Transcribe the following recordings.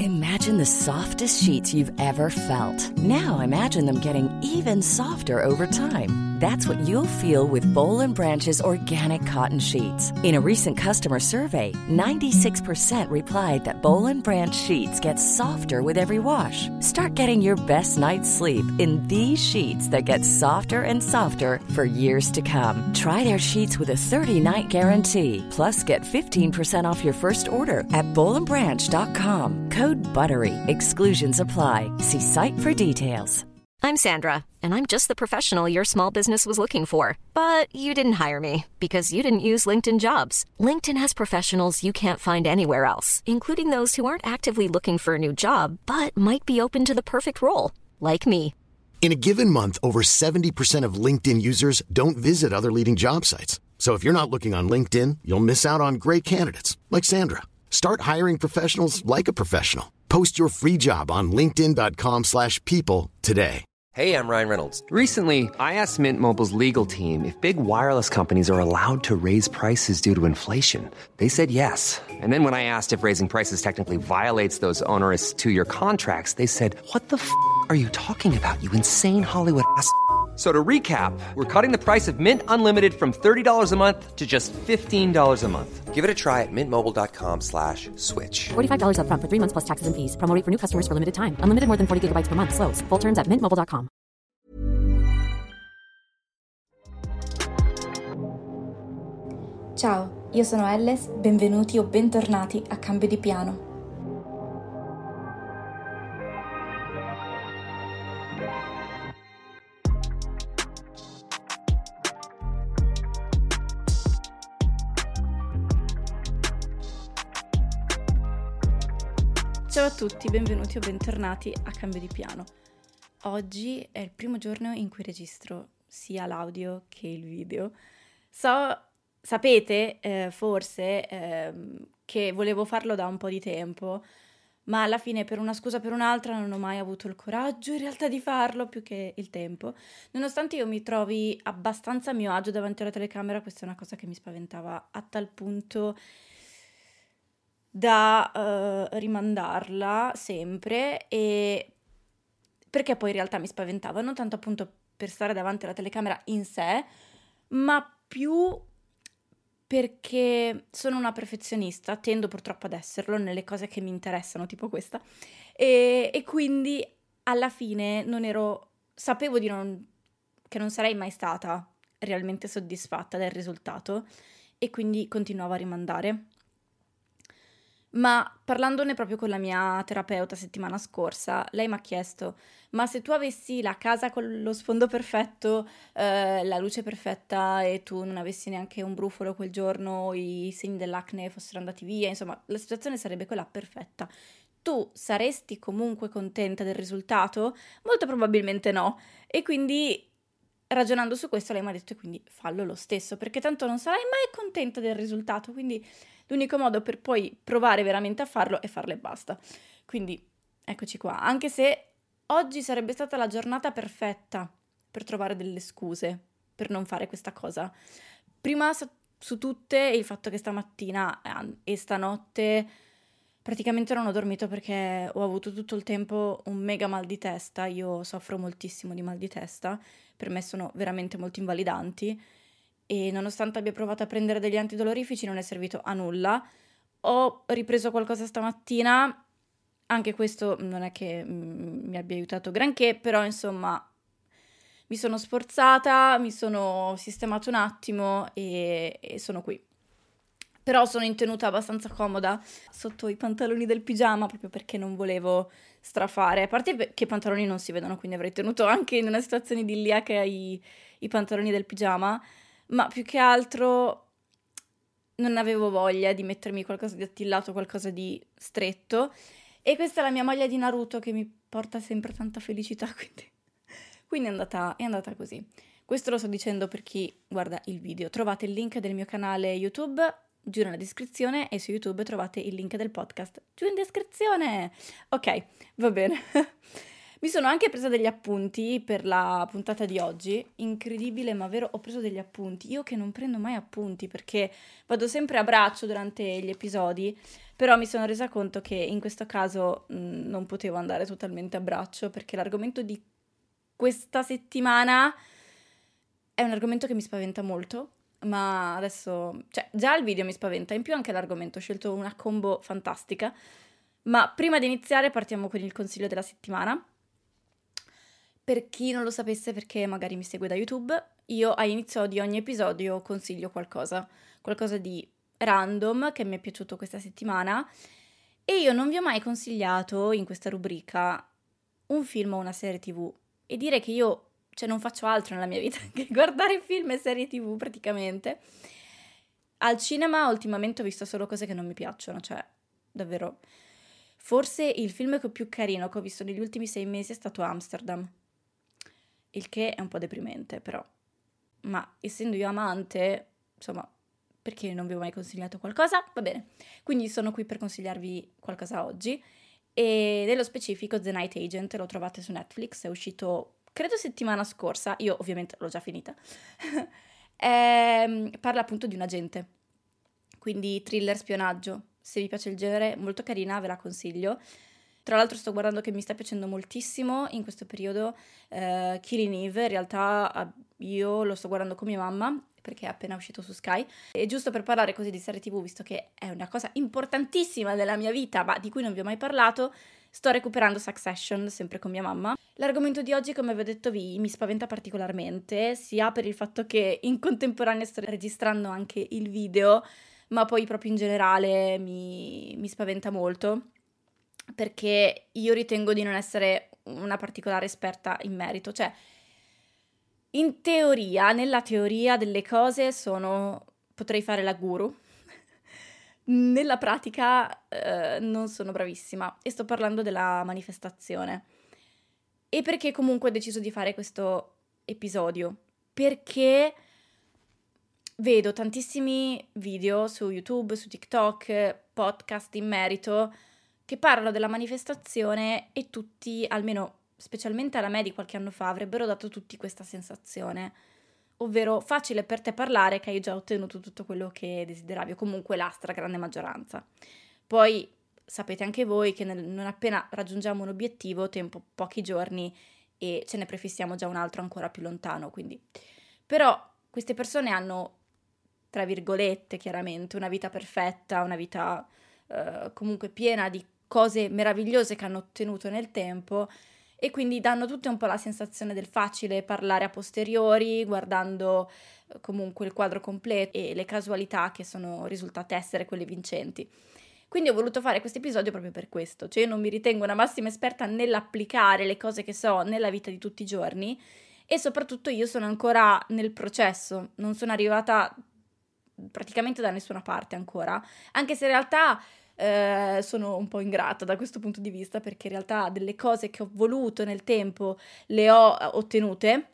Imagine the softest sheets you've ever felt. Now imagine them getting even softer over time. That's what you'll feel with Boll & Branch's organic cotton sheets. In a recent customer survey, 96% replied that Boll & Branch sheets get softer with every wash. Start getting your best night's sleep in these sheets that get softer and softer for years to come. Try their sheets with a 30-night guarantee. Plus, get 15% off your first order at bollandbranch.com. Code BUTTERY. Exclusions apply. See site for details. I'm Sandra, and I'm just the professional your small business was looking for. But you didn't hire me because you didn't use LinkedIn Jobs. LinkedIn has professionals you can't find anywhere else, including those who aren't actively looking for a new job, but might be open to the perfect role, like me. In a given month, over 70% of LinkedIn users don't visit other leading job sites. So if you're not looking on LinkedIn, you'll miss out on great candidates like Sandra. Start hiring professionals like a professional. Post your free job on linkedin.com/people today. Hey, I'm Ryan Reynolds. Recently, I asked Mint Mobile's legal team if big wireless companies are allowed to raise prices due to inflation. They said yes. And then when I asked if raising prices technically violates those onerous two-year contracts, they said, "What the f*** are you talking about, you insane Hollywood ass?" So to recap, we're cutting the price of Mint Unlimited from $30 a month to just $15 a month. Give it a try at mintmobile.com/switch. $45 up front for 3 months plus taxes and fees. Promo rate for new customers for limited time. Unlimited more than 40 gigabytes per month. Slows full terms at mintmobile.com. Ciao, io sono Elles, benvenuti o bentornati a Cambio di Piano. Ciao a tutti, benvenuti o bentornati a Cambio di Piano. Oggi è il primo giorno in cui registro sia l'audio che il video. Sapete, forse, che volevo farlo da un po' di tempo, ma alla fine per una scusa o per un'altra non ho mai avuto il coraggio in realtà di farlo, più che il tempo. Nonostante io mi trovi abbastanza a mio agio davanti alla telecamera, questa è una cosa che mi spaventava a tal punto da rimandarla sempre, e perché poi in realtà mi spaventava non tanto appunto per stare davanti alla telecamera in sé, ma più perché sono una perfezionista, tendo purtroppo ad esserlo nelle cose che mi interessano, tipo questa, e quindi alla fine sapevo che non sarei mai stata realmente soddisfatta del risultato, e quindi continuavo a rimandare. Ma parlandone proprio con la mia terapeuta settimana scorsa, lei mi ha chiesto: ma se tu avessi la casa con lo sfondo perfetto, la luce perfetta, e tu non avessi neanche un brufolo quel giorno, i segni dell'acne fossero andati via, insomma la situazione sarebbe quella perfetta, tu saresti comunque contenta del risultato? Molto probabilmente no. E quindi, ragionando su questo, lei mi ha detto: e quindi fallo lo stesso, perché tanto non sarai mai contenta del risultato, quindi l'unico modo per poi provare veramente a farlo è farlo e basta. Quindi eccoci qua, anche se oggi sarebbe stata la giornata perfetta per trovare delle scuse per non fare questa cosa. Prima su tutte il fatto che stamattina e stanotte praticamente non ho dormito perché ho avuto tutto il tempo un mega mal di testa. Io soffro moltissimo di mal di testa, per me sono veramente molto invalidanti, e nonostante abbia provato a prendere degli antidolorifici non è servito a nulla. Ho ripreso qualcosa stamattina, anche questo non è che mi abbia aiutato granché, però insomma mi sono sforzata, mi sono sistemato un attimo e sono qui. Però sono in tenuta abbastanza comoda sotto i pantaloni del pigiama, proprio perché non volevo strafare. A parte che i pantaloni non si vedono, quindi avrei tenuto anche in una situazione idilliaca i pantaloni del pigiama, ma più che altro non avevo voglia di mettermi qualcosa di attillato, qualcosa di stretto, e questa è la mia maglia di Naruto che mi porta sempre tanta felicità, quindi è andata così. Questo lo sto dicendo per chi guarda il video. Trovate il link del mio canale YouTube giù nella descrizione, e su YouTube trovate il link del podcast giù in descrizione. Ok, va bene. Mi sono anche presa degli appunti per la puntata di oggi, incredibile ma vero, ho preso degli appunti, io che non prendo mai appunti perché vado sempre a braccio durante gli episodi, però mi sono resa conto che in questo caso non potevo andare totalmente a braccio perché l'argomento di questa settimana è un argomento che mi spaventa molto, ma adesso, cioè già il video mi spaventa, in più anche l'argomento, ho scelto una combo fantastica, ma prima di iniziare partiamo con il consiglio della settimana. Per chi non lo sapesse, perché magari mi segue da YouTube, io a inizio di ogni episodio consiglio qualcosa di random che mi è piaciuto questa settimana e io non vi ho mai consigliato in questa rubrica un film o una serie TV e dire che io, cioè, non faccio altro nella mia vita che guardare film e serie TV praticamente. Al cinema ultimamente ho visto solo cose che non mi piacciono, cioè davvero. Forse il film più carino che ho visto negli ultimi 6 mesi è stato Amsterdam. Il che è un po' deprimente, però. Ma essendo io amante, insomma, perché non vi ho mai consigliato qualcosa? Va bene. Quindi sono qui per consigliarvi qualcosa oggi. E nello specifico The Night Agent, lo trovate su Netflix, è uscito credo settimana scorsa, io ovviamente l'ho già finita. Parla appunto di un agente, quindi thriller spionaggio. Se vi piace il genere, molto carina, ve la consiglio. Tra l'altro sto guardando che mi sta piacendo moltissimo in questo periodo Killing Eve, in realtà io lo sto guardando con mia mamma perché è appena uscito su Sky e giusto per parlare così di serie TV, visto che è una cosa importantissima nella mia vita ma di cui non vi ho mai parlato, sto recuperando Succession sempre con mia mamma. L'argomento di oggi, come vi ho detto, mi spaventa particolarmente, sia per il fatto che in contemporanea sto registrando anche il video, ma poi proprio in generale mi spaventa molto perché io ritengo di non essere una particolare esperta in merito, cioè in teoria, nella teoria delle cose potrei fare la guru, nella pratica non sono bravissima e sto parlando della manifestazione. E perché comunque ho deciso di fare questo episodio? Perché vedo tantissimi video su YouTube, su TikTok, podcast in merito che parlano della manifestazione e tutti, almeno specialmente alla me di qualche anno fa, avrebbero dato tutti questa sensazione, ovvero facile per te parlare che hai già ottenuto tutto quello che desideravi, o comunque la stragrande maggioranza. Poi sapete anche voi che non appena raggiungiamo un obiettivo, tempo pochi giorni e ce ne prefissiamo già un altro ancora più lontano, quindi. Però queste persone hanno, tra virgolette, chiaramente, una vita perfetta, una vita comunque piena di cose meravigliose che hanno ottenuto nel tempo e quindi danno tutte un po' la sensazione del facile parlare a posteriori, guardando comunque il quadro completo e le casualità che sono risultate essere quelle vincenti. Quindi ho voluto fare questo episodio proprio per questo, cioè io non mi ritengo una massima esperta nell'applicare le cose che so nella vita di tutti i giorni e soprattutto io sono ancora nel processo, non sono arrivata praticamente da nessuna parte ancora, anche se in realtà sono un po' ingrata da questo punto di vista perché in realtà delle cose che ho voluto nel tempo le ho ottenute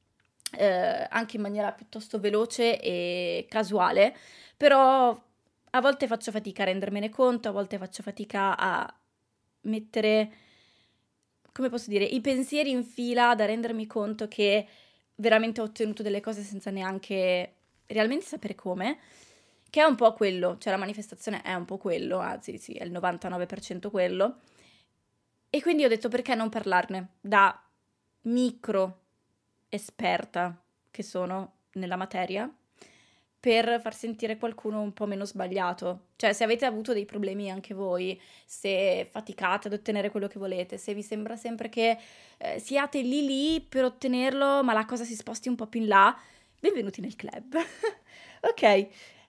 anche in maniera piuttosto veloce e casuale, però a volte faccio fatica a rendermene conto, a volte faccio fatica a mettere, come posso dire, i pensieri in fila da rendermi conto che veramente ho ottenuto delle cose senza neanche realmente sapere come. Che è un po' quello, cioè la manifestazione è un po' quello, anzi sì, è il 99% quello. E quindi ho detto perché non parlarne da micro esperta che sono nella materia per far sentire qualcuno un po' meno sbagliato. Cioè se avete avuto dei problemi anche voi, se faticate ad ottenere quello che volete, se vi sembra sempre che siate lì per ottenerlo ma la cosa si sposti un po' più in là, benvenuti nel club. Ok.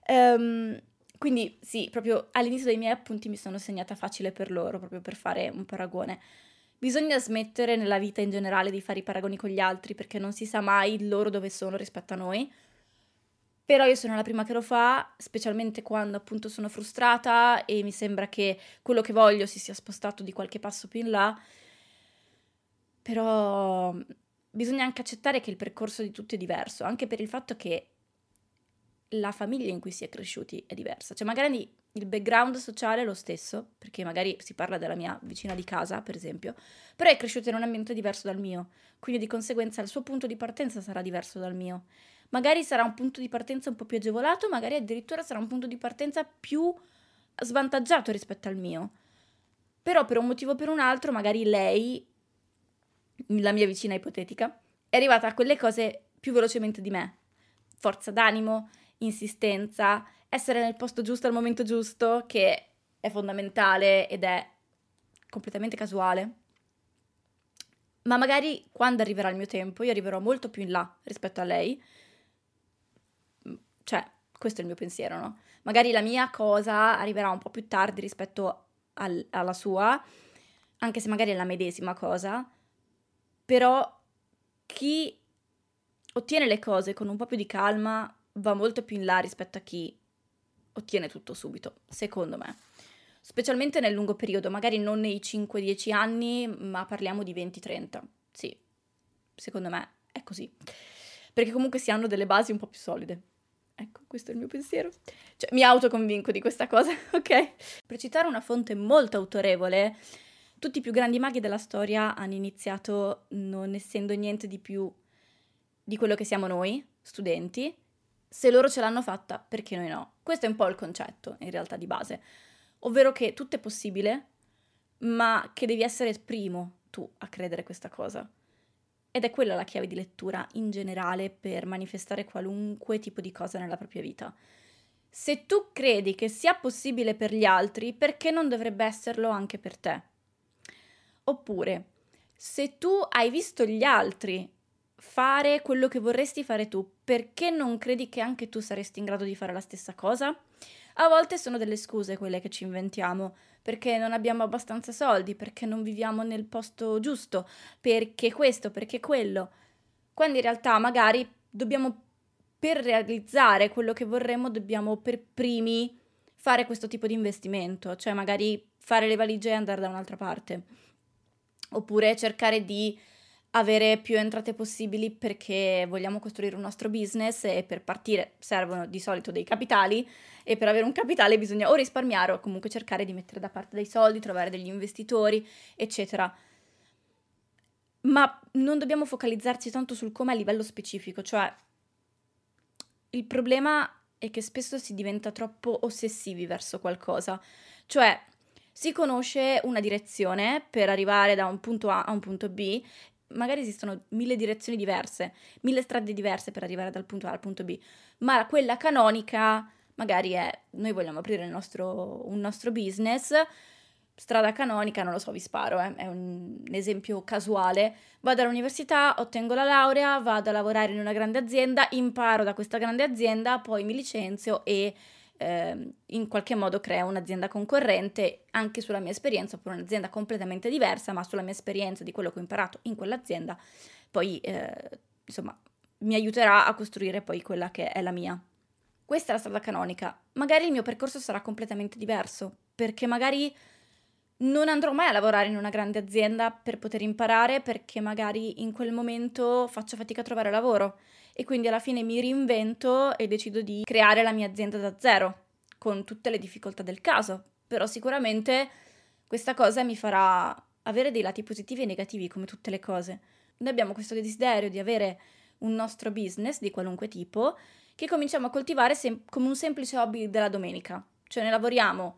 Quindi sì, proprio all'inizio dei miei appunti mi sono segnata facile per loro, proprio per fare un paragone. Bisogna smettere nella vita in generale di fare i paragoni con gli altri perché non si sa mai loro dove sono rispetto a noi. Però io sono la prima che lo fa, specialmente quando appunto sono frustrata e mi sembra che quello che voglio si sia spostato di qualche passo più in là. Però bisogna anche accettare che il percorso di tutti è diverso, anche per il fatto che la famiglia in cui si è cresciuti è diversa. Cioè magari il background sociale è lo stesso, perché magari si parla della mia vicina di casa, per esempio, però è cresciuta in un ambiente diverso dal mio, quindi di conseguenza il suo punto di partenza sarà diverso dal mio. Magari sarà un punto di partenza un po' più agevolato, magari addirittura sarà un punto di partenza più svantaggiato rispetto al mio. Però per un motivo o per un altro, magari lei, la mia vicina ipotetica, è arrivata a quelle cose più velocemente di me. Forza d'animo, insistenza, essere nel posto giusto al momento giusto, che è fondamentale ed è completamente casuale. Ma magari quando arriverà il mio tempo, io arriverò molto più in là rispetto a lei. Cioè, questo è il mio pensiero, no? Magari la mia cosa arriverà un po' più tardi rispetto alla sua, anche se magari è la medesima cosa, però chi ottiene le cose con un po' più di calma va molto più in là rispetto a chi ottiene tutto subito, secondo me. Specialmente nel lungo periodo, magari non nei 5-10 anni, ma parliamo di 20-30. Sì, secondo me è così. Perché comunque si hanno delle basi un po' più solide. Ecco, questo è il mio pensiero. Cioè, mi autoconvinco di questa cosa, ok? Per citare una fonte molto autorevole, tutti i più grandi maghi della storia hanno iniziato non essendo niente di più di quello che siamo noi, studenti. Se loro ce l'hanno fatta, perché noi no? Questo è un po' il concetto, in realtà, di base. Ovvero che tutto è possibile, ma che devi essere primo tu a credere questa cosa. Ed è quella la chiave di lettura in generale per manifestare qualunque tipo di cosa nella propria vita. Se tu credi che sia possibile per gli altri, perché non dovrebbe esserlo anche per te? Oppure, se tu hai visto gli altri fare quello che vorresti fare tu, perché non credi che anche tu saresti in grado di fare la stessa cosa? A volte sono delle scuse quelle che ci inventiamo, perché non abbiamo abbastanza soldi, perché non viviamo nel posto giusto, perché questo, perché quello. Quando in realtà magari per realizzare quello che vorremmo, dobbiamo per primi fare questo tipo di investimento, cioè magari fare le valigie e andare da un'altra parte. Oppure cercare di avere più entrate possibili perché vogliamo costruire un nostro business e per partire servono di solito dei capitali e per avere un capitale bisogna o risparmiare o comunque cercare di mettere da parte dei soldi, trovare degli investitori, eccetera. Ma non dobbiamo focalizzarci tanto sul come a livello specifico, cioè il problema è che spesso si diventa troppo ossessivi verso qualcosa, cioè si conosce una direzione per arrivare da un punto A a un punto B. Magari esistono 1000 direzioni diverse, 1000 strade diverse per arrivare dal punto A al punto B, ma quella canonica magari è: noi vogliamo aprire un nostro business, strada canonica, non lo so, vi sparo, è un esempio casuale, vado all'università, ottengo la laurea, vado a lavorare in una grande azienda, imparo da questa grande azienda, poi mi licenzio e in qualche modo creo un'azienda concorrente anche sulla mia esperienza, oppure un'azienda completamente diversa, ma sulla mia esperienza di quello che ho imparato in quell'azienda, poi insomma mi aiuterà a costruire poi quella che è la mia. Questa è la strada canonica. Magari il mio percorso sarà completamente diverso, perché magari non andrò mai a lavorare in una grande azienda per poter imparare, perché magari in quel momento faccio fatica a trovare lavoro e quindi alla fine mi reinvento e decido di creare la mia azienda da zero, con tutte le difficoltà del caso. Però sicuramente questa cosa mi farà avere dei lati positivi e negativi, come tutte le cose. Noi abbiamo questo desiderio di avere un nostro business di qualunque tipo che cominciamo a coltivare come un semplice hobby della domenica. Cioè ne lavoriamo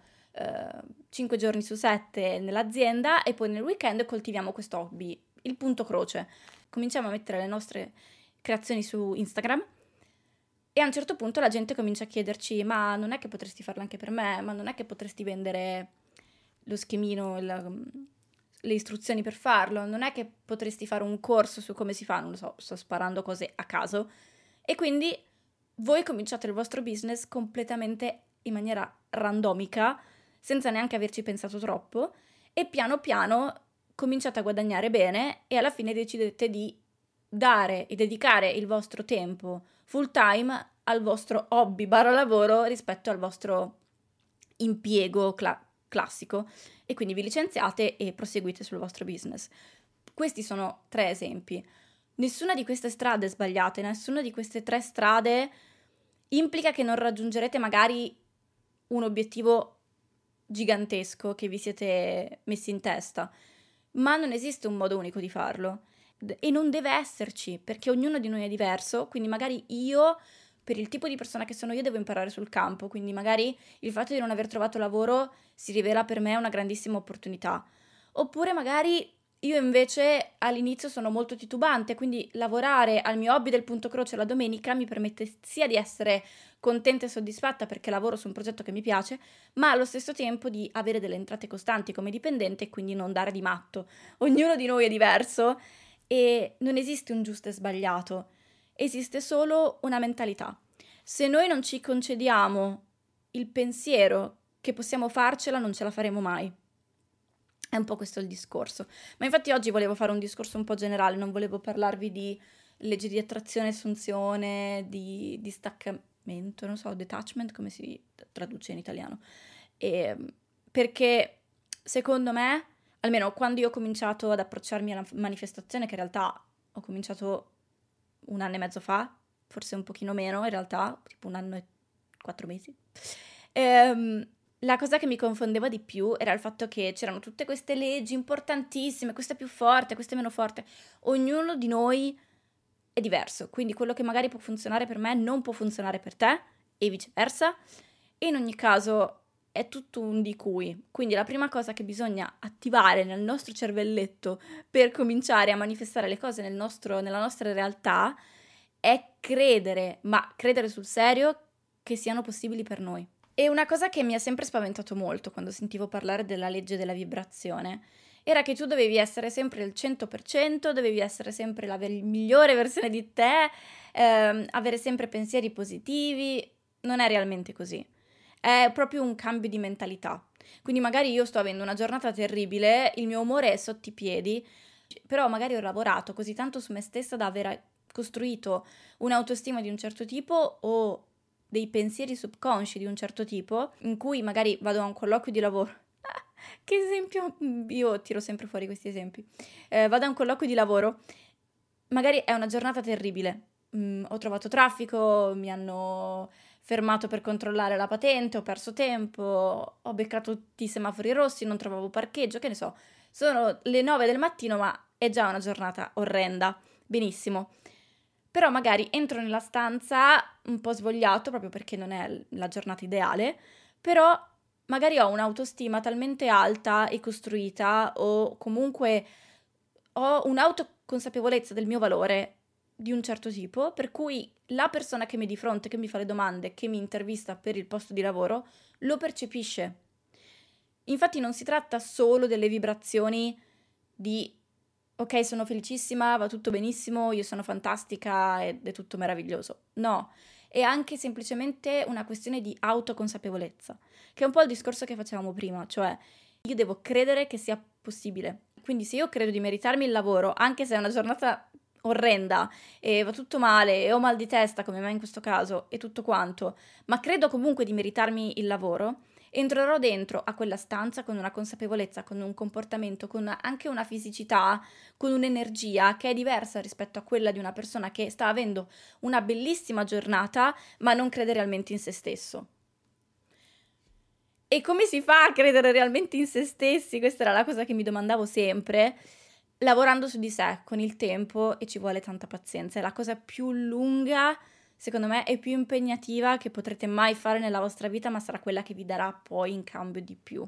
5 giorni su 7 nell'azienda e poi nel weekend coltiviamo questo hobby, il punto croce. Cominciamo a mettere le nostre creazioni su Instagram e a un certo punto la gente comincia a chiederci: ma non è che potresti farlo anche per me? Ma non è che potresti vendere lo schemino, le istruzioni per farlo? Non è che potresti fare un corso su come si fa? Non lo so, sto sparando cose a caso. E quindi voi cominciate il vostro business completamente in maniera randomica, senza neanche averci pensato troppo, e piano piano cominciate a guadagnare bene e alla fine decidete di dare e dedicare il vostro tempo full time al vostro hobby / lavoro rispetto al vostro impiego classico, e quindi vi licenziate e proseguite sul vostro business. Questi sono 3 esempi. Nessuna di queste strade è sbagliata, nessuna di queste 3 strade implica che non raggiungerete magari un obiettivo gigantesco che vi siete messi in testa, ma non esiste un modo unico di farlo e non deve esserci, perché ognuno di noi è diverso, quindi magari io, per il tipo di persona che sono io, devo imparare sul campo, quindi magari il fatto di non aver trovato lavoro si rivela per me una grandissima opportunità, oppure magari io invece all'inizio sono molto titubante, quindi lavorare al mio hobby del punto croce la domenica mi permette sia di essere contenta e soddisfatta perché lavoro su un progetto che mi piace, ma allo stesso tempo di avere delle entrate costanti come dipendente e quindi non dare di matto. Ognuno di noi è diverso e non esiste un giusto e sbagliato, esiste solo una mentalità. Se noi non ci concediamo il pensiero che possiamo farcela, non ce la faremo mai. È un po' questo il discorso. Ma infatti oggi volevo fare un discorso un po' generale, non volevo parlarvi di leggi di attrazione e assunzione, di distaccamento, non so, detachment, come si traduce in italiano. Perché secondo me, almeno quando io ho cominciato ad approcciarmi alla manifestazione, che in realtà ho cominciato 1 anno e mezzo fa, forse un pochino meno in realtà, tipo 1 anno e 4 mesi, la cosa che mi confondeva di più era il fatto che c'erano tutte queste leggi importantissime, questa è più forte, questa è meno forte. Ognuno di noi è diverso, quindi quello che magari può funzionare per me non può funzionare per te e viceversa. E in ogni caso è tutto un di cui. Quindi la prima cosa che bisogna attivare nel nostro cervelletto per cominciare a manifestare le cose nella nostra realtà è credere, ma credere sul serio che siano possibili per noi. E una cosa che mi ha sempre spaventato molto quando sentivo parlare della legge della vibrazione era che tu dovevi essere sempre il 100%, dovevi essere sempre la migliore versione di te, avere sempre pensieri positivi. Non è realmente così. È proprio un cambio di mentalità. Quindi magari io sto avendo una giornata terribile, il mio umore è sotto i piedi, però magari ho lavorato così tanto su me stessa da aver costruito un'autostima di un certo tipo o dei pensieri subconsci di un certo tipo, in cui magari vado a un colloquio di lavoro. Che esempio, io tiro sempre fuori questi esempi. Vado a un colloquio di lavoro, magari è una giornata terribile, ho trovato traffico, mi hanno fermato per controllare la patente, ho perso tempo, ho beccato tutti i semafori rossi, non trovavo parcheggio, che ne so. Sono le 9 del mattino, ma è già una giornata orrenda. Benissimo. Però magari entro nella stanza un po' svogliato, proprio perché non è la giornata ideale, però magari ho un'autostima talmente alta e costruita, o comunque ho un'autoconsapevolezza del mio valore di un certo tipo, per cui la persona che mi è di fronte, che mi fa le domande, che mi intervista per il posto di lavoro, lo percepisce. Infatti non si tratta solo delle vibrazioni di ok, sono felicissima, va tutto benissimo, io sono fantastica ed è tutto meraviglioso. No, è anche semplicemente una questione di autoconsapevolezza, che è un po' il discorso che facevamo prima, cioè io devo credere che sia possibile. Quindi se io credo di meritarmi il lavoro, anche se è una giornata orrenda e va tutto male e ho mal di testa, come me in questo caso, e tutto quanto, ma credo comunque di meritarmi il lavoro, entrerò dentro a quella stanza con una consapevolezza, con un comportamento, con anche una fisicità, con un'energia che è diversa rispetto a quella di una persona che sta avendo una bellissima giornata ma non crede realmente in se stesso. E come si fa a credere realmente in se stessi? Questa era la cosa che mi domandavo sempre. Lavorando su di sé con il tempo, e ci vuole tanta pazienza. È la cosa più lunga, secondo me, e più impegnativa che potrete mai fare nella vostra vita, ma sarà quella che vi darà poi in cambio di più.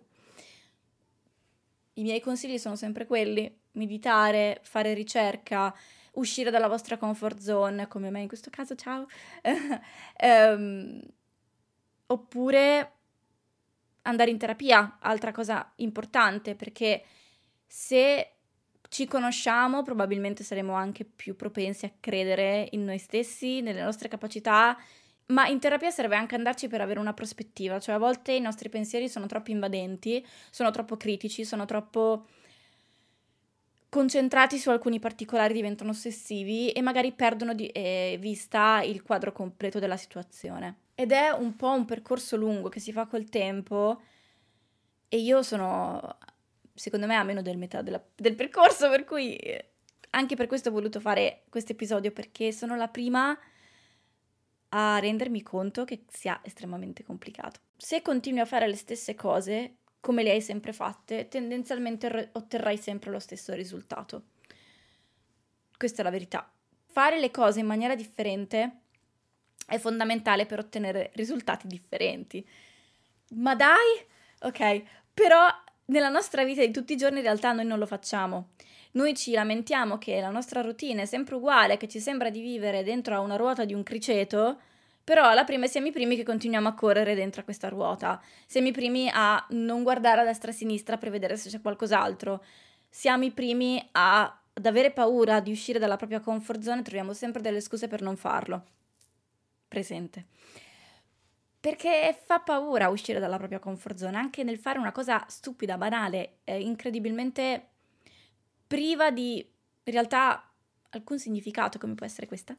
I miei consigli sono sempre quelli: meditare, fare ricerca, uscire dalla vostra comfort zone, come me in questo caso, ciao, oppure andare in terapia, altra cosa importante, perché se ci conosciamo probabilmente saremo anche più propensi a credere in noi stessi, nelle nostre capacità, ma in terapia serve anche andarci per avere una prospettiva, cioè a volte i nostri pensieri sono troppo invadenti, sono troppo critici, sono troppo concentrati su alcuni particolari, diventano ossessivi e magari perdono di vista il quadro completo della situazione. Ed è un po' un percorso lungo che si fa col tempo e io sono, secondo me, a meno del metà del percorso, per cui anche per questo ho voluto fare questo episodio, perché sono la prima a rendermi conto che sia estremamente complicato. Se continui a fare le stesse cose, come le hai sempre fatte, tendenzialmente otterrai sempre lo stesso risultato. Questa è la verità. Fare le cose in maniera differente è fondamentale per ottenere risultati differenti. Ma dai? Ok, però nella nostra vita di tutti i giorni in realtà noi non lo facciamo. Noi ci lamentiamo che la nostra routine è sempre uguale, che ci sembra di vivere dentro a una ruota di un criceto, però alla prima siamo i primi che continuiamo a correre dentro a questa ruota. Siamo i primi a non guardare a destra e a sinistra per vedere se c'è qualcos'altro. Siamo i primi ad avere paura di uscire dalla propria comfort zone e troviamo sempre delle scuse per non farlo. Presente. Perché fa paura uscire dalla propria comfort zone, anche nel fare una cosa stupida, banale, incredibilmente priva di, in realtà, alcun significato, come può essere questa.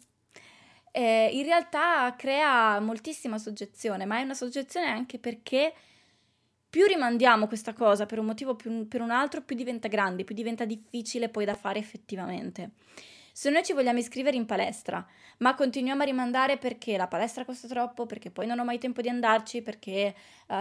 In realtà crea moltissima soggezione, ma è una soggezione anche perché più rimandiamo questa cosa per un motivo o per un altro, più diventa grande, più diventa difficile poi da fare effettivamente. Se noi ci vogliamo iscrivere in palestra, ma continuiamo a rimandare perché la palestra costa troppo, perché poi non ho mai tempo di andarci, perché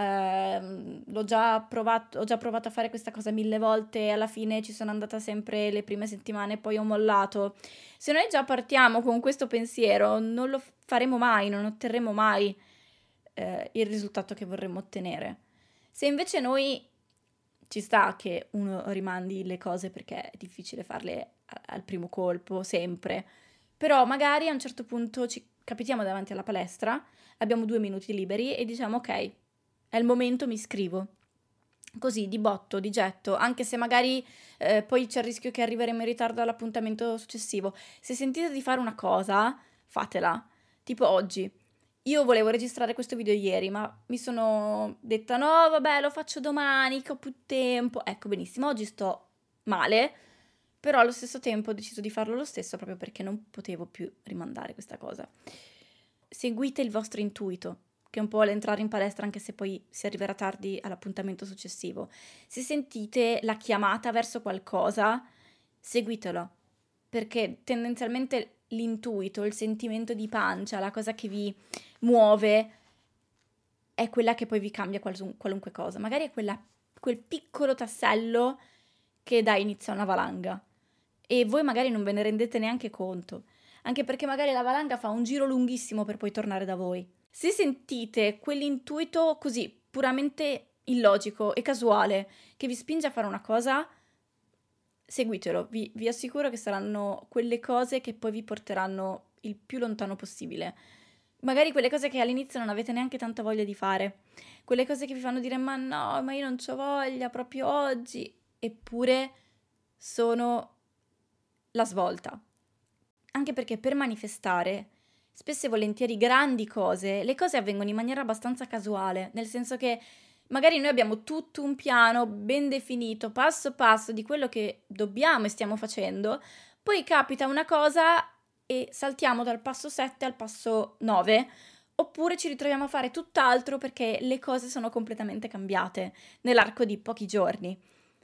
ho già provato a fare questa cosa 1000 volte e alla fine ci sono andata sempre le prime settimane e poi ho mollato. Se noi già partiamo con questo pensiero, non lo faremo mai, non otterremo mai il risultato che vorremmo ottenere. Se invece noi ci sta che uno rimandi le cose perché è difficile farle al primo colpo, sempre, però magari a un certo punto ci capitiamo davanti alla palestra, abbiamo 2 minuti liberi e diciamo ok, è il momento, mi iscrivo. Così, di botto, di getto, anche se magari poi c'è il rischio che arriveremo in ritardo all'appuntamento successivo. Se sentite di fare una cosa, fatela. Tipo oggi. Io volevo registrare questo video ieri, ma mi sono detta no, vabbè, lo faccio domani, che ho più tempo. Ecco, benissimo, oggi sto male, però allo stesso tempo ho deciso di farlo lo stesso proprio perché non potevo più rimandare questa cosa. Seguite il vostro intuito, che è un po' l'entrare in palestra anche se poi si arriverà tardi all'appuntamento successivo. Se sentite la chiamata verso qualcosa, seguitelo, perché tendenzialmente l'intuito, il sentimento di pancia, la cosa che vi muove è quella che poi vi cambia qualunque cosa. Magari è quel piccolo tassello che dà inizio a una valanga e voi magari non ve ne rendete neanche conto, anche perché magari la valanga fa un giro lunghissimo per poi tornare da voi. Se sentite quell'intuito così puramente illogico e casuale che vi spinge a fare una cosa, seguitelo, vi assicuro che saranno quelle cose che poi vi porteranno il più lontano possibile. Magari quelle cose che all'inizio non avete neanche tanta voglia di fare, quelle cose che vi fanno dire ma no, ma io non c'ho voglia proprio oggi, eppure sono la svolta. Anche perché per manifestare spesso e volentieri grandi cose, le cose avvengono in maniera abbastanza casuale, nel senso che magari noi abbiamo tutto un piano ben definito, passo passo, di quello che dobbiamo e stiamo facendo, poi capita una cosa e saltiamo dal passo 7 al passo 9, oppure ci ritroviamo a fare tutt'altro perché le cose sono completamente cambiate nell'arco di pochi giorni.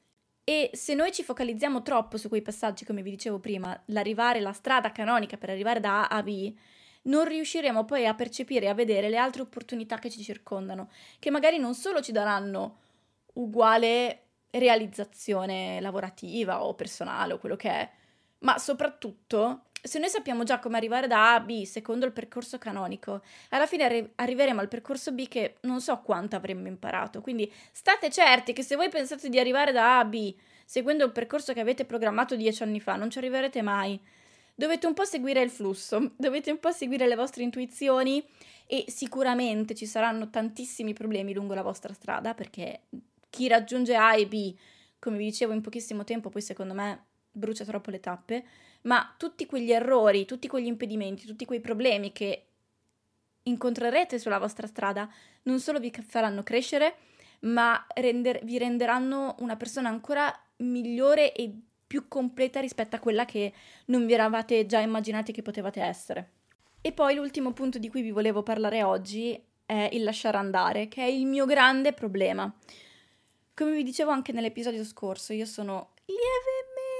E se noi ci focalizziamo troppo su quei passaggi, come vi dicevo prima, la strada canonica per arrivare da A a B, non riusciremo poi a percepire e a vedere le altre opportunità che ci circondano, che magari non solo ci daranno uguale realizzazione lavorativa o personale o quello che è, ma soprattutto, se noi sappiamo già come arrivare da A a B secondo il percorso canonico, alla fine arriveremo al percorso B che non so quanto avremmo imparato. Quindi state certi che se voi pensate di arrivare da A a B seguendo il percorso che avete programmato 10 anni fa, non ci arriverete mai. Dovete un po' seguire il flusso, dovete un po' seguire le vostre intuizioni e sicuramente ci saranno tantissimi problemi lungo la vostra strada, perché chi raggiunge A e B, come vi dicevo, in pochissimo tempo poi secondo me brucia troppo le tappe, ma tutti quegli errori, tutti quegli impedimenti, tutti quei problemi che incontrerete sulla vostra strada non solo vi faranno crescere, ma vi renderanno una persona ancora migliore e più completa rispetto a quella che non vi eravate già immaginati che potevate essere. E poi l'ultimo punto di cui vi volevo parlare oggi è il lasciare andare, che è il mio grande problema. Come vi dicevo anche nell'episodio scorso, io sono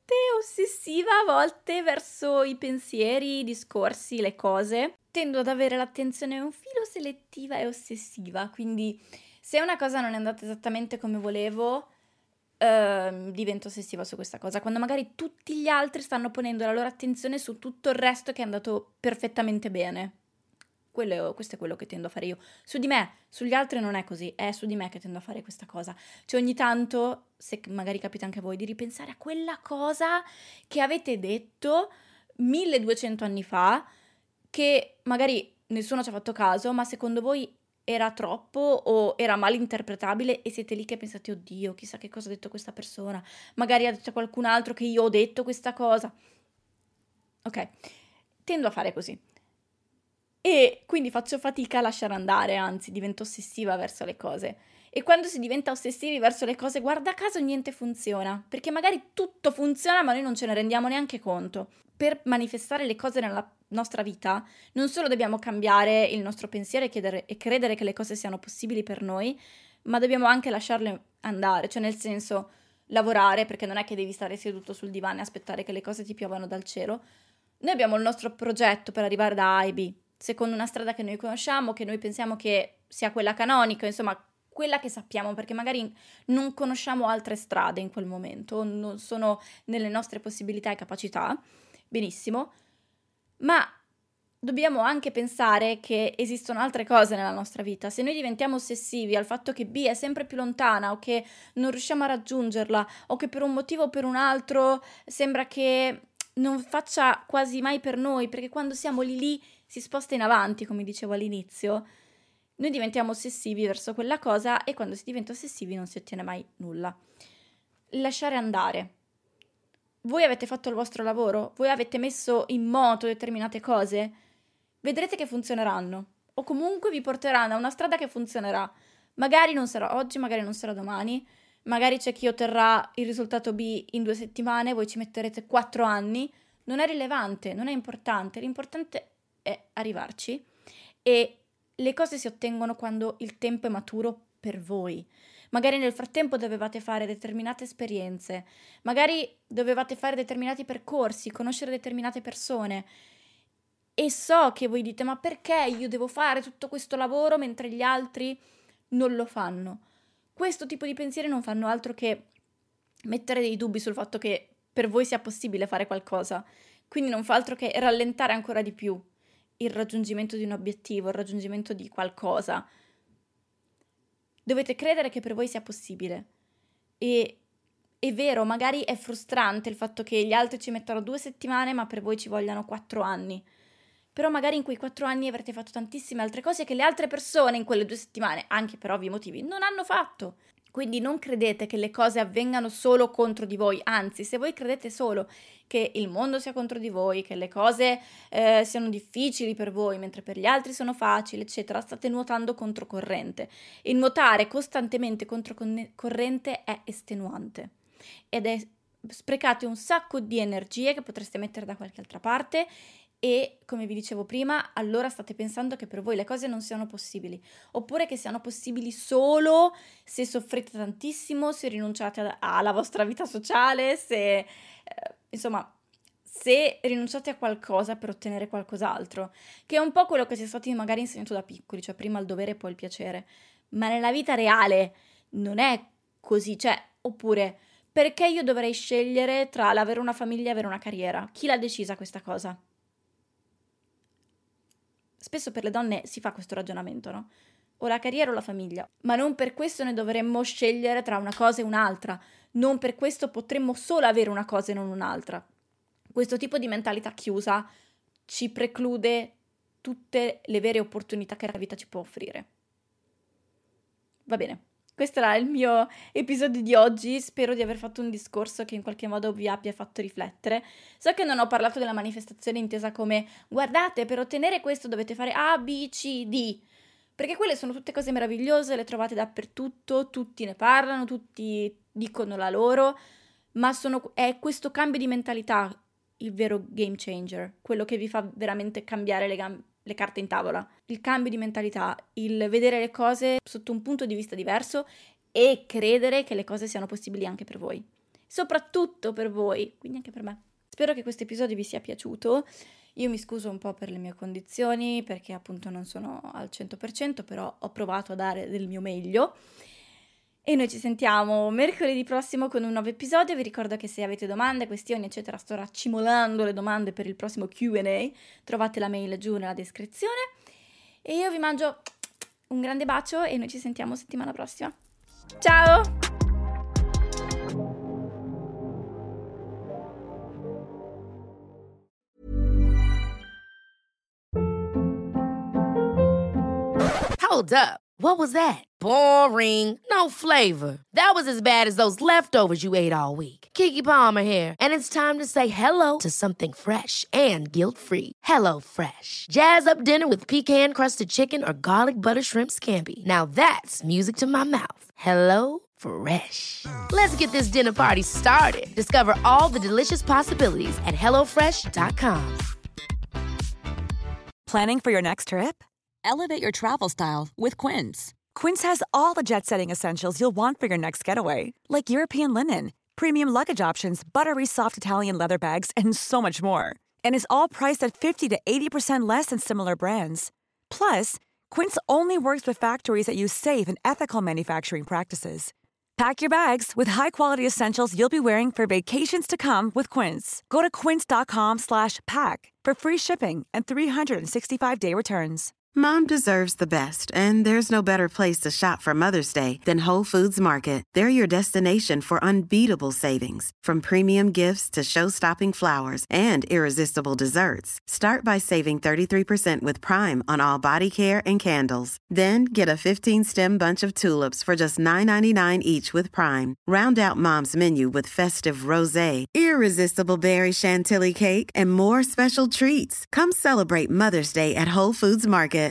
ossessiva a volte verso i pensieri, i discorsi, le cose. Tendo ad avere l'attenzione un filo selettiva e ossessiva, quindi se una cosa non è andata esattamente come volevo, divento ossessiva su questa cosa, quando magari tutti gli altri stanno ponendo la loro attenzione su tutto il resto che è andato perfettamente bene. Questo è quello che tendo a fare io. Su di me, sugli altri non è così, è su di me che tendo a fare questa cosa. Cioè ogni tanto, se magari capita anche a voi, di ripensare a quella cosa che avete detto 1200 anni fa, che magari nessuno ci ha fatto caso, ma secondo voi era troppo o era mal interpretabile e siete lì che pensate, oddio, chissà che cosa ha detto questa persona, magari ha detto a qualcun altro che io ho detto questa cosa. Ok, tendo a fare così. E quindi faccio fatica a lasciare andare, anzi divento ossessiva verso le cose. E quando si diventa ossessivi verso le cose, guarda caso niente funziona, perché magari tutto funziona ma noi non ce ne rendiamo neanche conto. Per manifestare le cose nella nostra vita, non solo dobbiamo cambiare il nostro pensiero e credere che le cose siano possibili per noi, ma dobbiamo anche lasciarle andare, cioè nel senso lavorare, perché non è che devi stare seduto sul divano e aspettare che le cose ti piovano dal cielo. Noi abbiamo il nostro progetto per arrivare da A a B, secondo una strada che noi conosciamo, che noi pensiamo che sia quella canonica, insomma, quella che sappiamo, perché magari non conosciamo altre strade in quel momento, non sono nelle nostre possibilità e capacità, benissimo, ma dobbiamo anche pensare che esistono altre cose nella nostra vita. Se noi diventiamo ossessivi al fatto che B è sempre più lontana o che non riusciamo a raggiungerla o che per un motivo o per un altro sembra che non faccia quasi mai per noi, perché quando siamo lì si sposta in avanti, come dicevo all'inizio, noi diventiamo ossessivi verso quella cosa e quando si diventa ossessivi non si ottiene mai nulla. Lasciare andare. Voi avete fatto il vostro lavoro? Voi avete messo in moto determinate cose? Vedrete che funzioneranno o comunque vi porteranno a una strada che funzionerà. Magari non sarà oggi, magari non sarà domani, magari c'è chi otterrà il risultato B in 2 settimane, voi ci metterete 4 anni. Non è rilevante, non è importante, l'importante è arrivarci e le cose si ottengono quando il tempo è maturo per voi. Magari nel frattempo dovevate fare determinate esperienze, magari dovevate fare determinati percorsi, conoscere determinate persone. E so che voi dite, ma perché io devo fare tutto questo lavoro mentre gli altri non lo fanno? Questo tipo di pensieri non fanno altro che mettere dei dubbi sul fatto che per voi sia possibile fare qualcosa. Quindi non fa altro che rallentare ancora di più il raggiungimento di un obiettivo, il raggiungimento di qualcosa. Dovete credere che per voi sia possibile. E è vero, magari è frustrante il fatto che gli altri ci mettano 2 settimane, ma per voi ci vogliano 4 anni. Però magari in quei 4 anni avrete fatto tantissime altre cose che le altre persone in quelle 2 settimane, anche per ovvi motivi, non hanno fatto. Quindi non credete che le cose avvengano solo contro di voi, anzi, se voi credete solo che il mondo sia contro di voi, che le cose siano difficili per voi, mentre per gli altri sono facili, eccetera, state nuotando controcorrente. E nuotare costantemente controcorrente è estenuante ed è sprecate un sacco di energie che potreste mettere da qualche altra parte. E, come vi dicevo prima, allora state pensando che per voi le cose non siano possibili, oppure che siano possibili solo se soffrite tantissimo, se rinunciate alla vostra vita sociale, se rinunciate a qualcosa per ottenere qualcos'altro, che è un po' quello che si è stati magari insegnato da piccoli, cioè prima il dovere e poi il piacere. Ma nella vita reale non è così, cioè, oppure, perché io dovrei scegliere tra l'avere una famiglia e avere una carriera? Chi l'ha decisa questa cosa? Spesso per le donne si fa questo ragionamento, no? O la carriera o la famiglia, ma non per questo ne dovremmo scegliere tra una cosa e un'altra, non per questo potremmo solo avere una cosa e non un'altra. Questo tipo di mentalità chiusa ci preclude tutte le vere opportunità che la vita ci può offrire. Va bene. Questo era il mio episodio di oggi, spero di aver fatto un discorso che in qualche modo vi abbia fatto riflettere. So che non ho parlato della manifestazione intesa come guardate, per ottenere questo dovete fare A, B, C, D, perché quelle sono tutte cose meravigliose, le trovate dappertutto, tutti ne parlano, tutti dicono la loro, ma è questo cambio di mentalità il vero game changer, quello che vi fa veramente cambiare le carte in tavola, il cambio di mentalità, il vedere le cose sotto un punto di vista diverso e credere che le cose siano possibili anche per voi. soprattutto per voi, quindi anche per me. Spero che questo episodio vi sia piaciuto. Io mi scuso un po' per le mie condizioni, perché appunto non sono al 100%, però ho provato a dare del mio meglio. E noi ci sentiamo mercoledì prossimo con un nuovo episodio. Vi ricordo che se avete domande, questioni, eccetera, sto raccimolando le domande per il prossimo Q&A. Trovate la mail giù nella descrizione. E io vi mangio un grande bacio e noi ci sentiamo settimana prossima. Ciao! Hold up. What was that? Boring. No flavor. That was as bad as those leftovers you ate all week. Keke Palmer here, and it's time to say hello to something fresh and guilt-free. Hello Fresh. Jazz up dinner with pecan-crusted chicken or garlic butter shrimp scampi. Now that's music to my mouth. Hello Fresh. Let's get this dinner party started. Discover all the delicious possibilities at hellofresh.com. Planning for your next trip? Elevate your travel style with Quince. Quince has all the jet-setting essentials you'll want for your next getaway, like European linen, premium luggage options, buttery soft Italian leather bags, and so much more. And is all priced at 50 to 80% less than similar brands. Plus, Quince only works with factories that use safe and ethical manufacturing practices. Pack your bags with high-quality essentials you'll be wearing for vacations to come with Quince. Go to quince.com/pack for free shipping and 365-day returns. Mom deserves the best, and there's no better place to shop for Mother's Day than Whole Foods Market. They're your destination for unbeatable savings, from premium gifts to show-stopping flowers and irresistible desserts. Start by saving 33% with Prime on all body care and candles. Then get a 15-stem bunch of tulips for just $9.99 each with Prime. Round out Mom's menu with festive rosé, irresistible berry chantilly cake, and more special treats. Come celebrate Mother's Day at Whole Foods Market.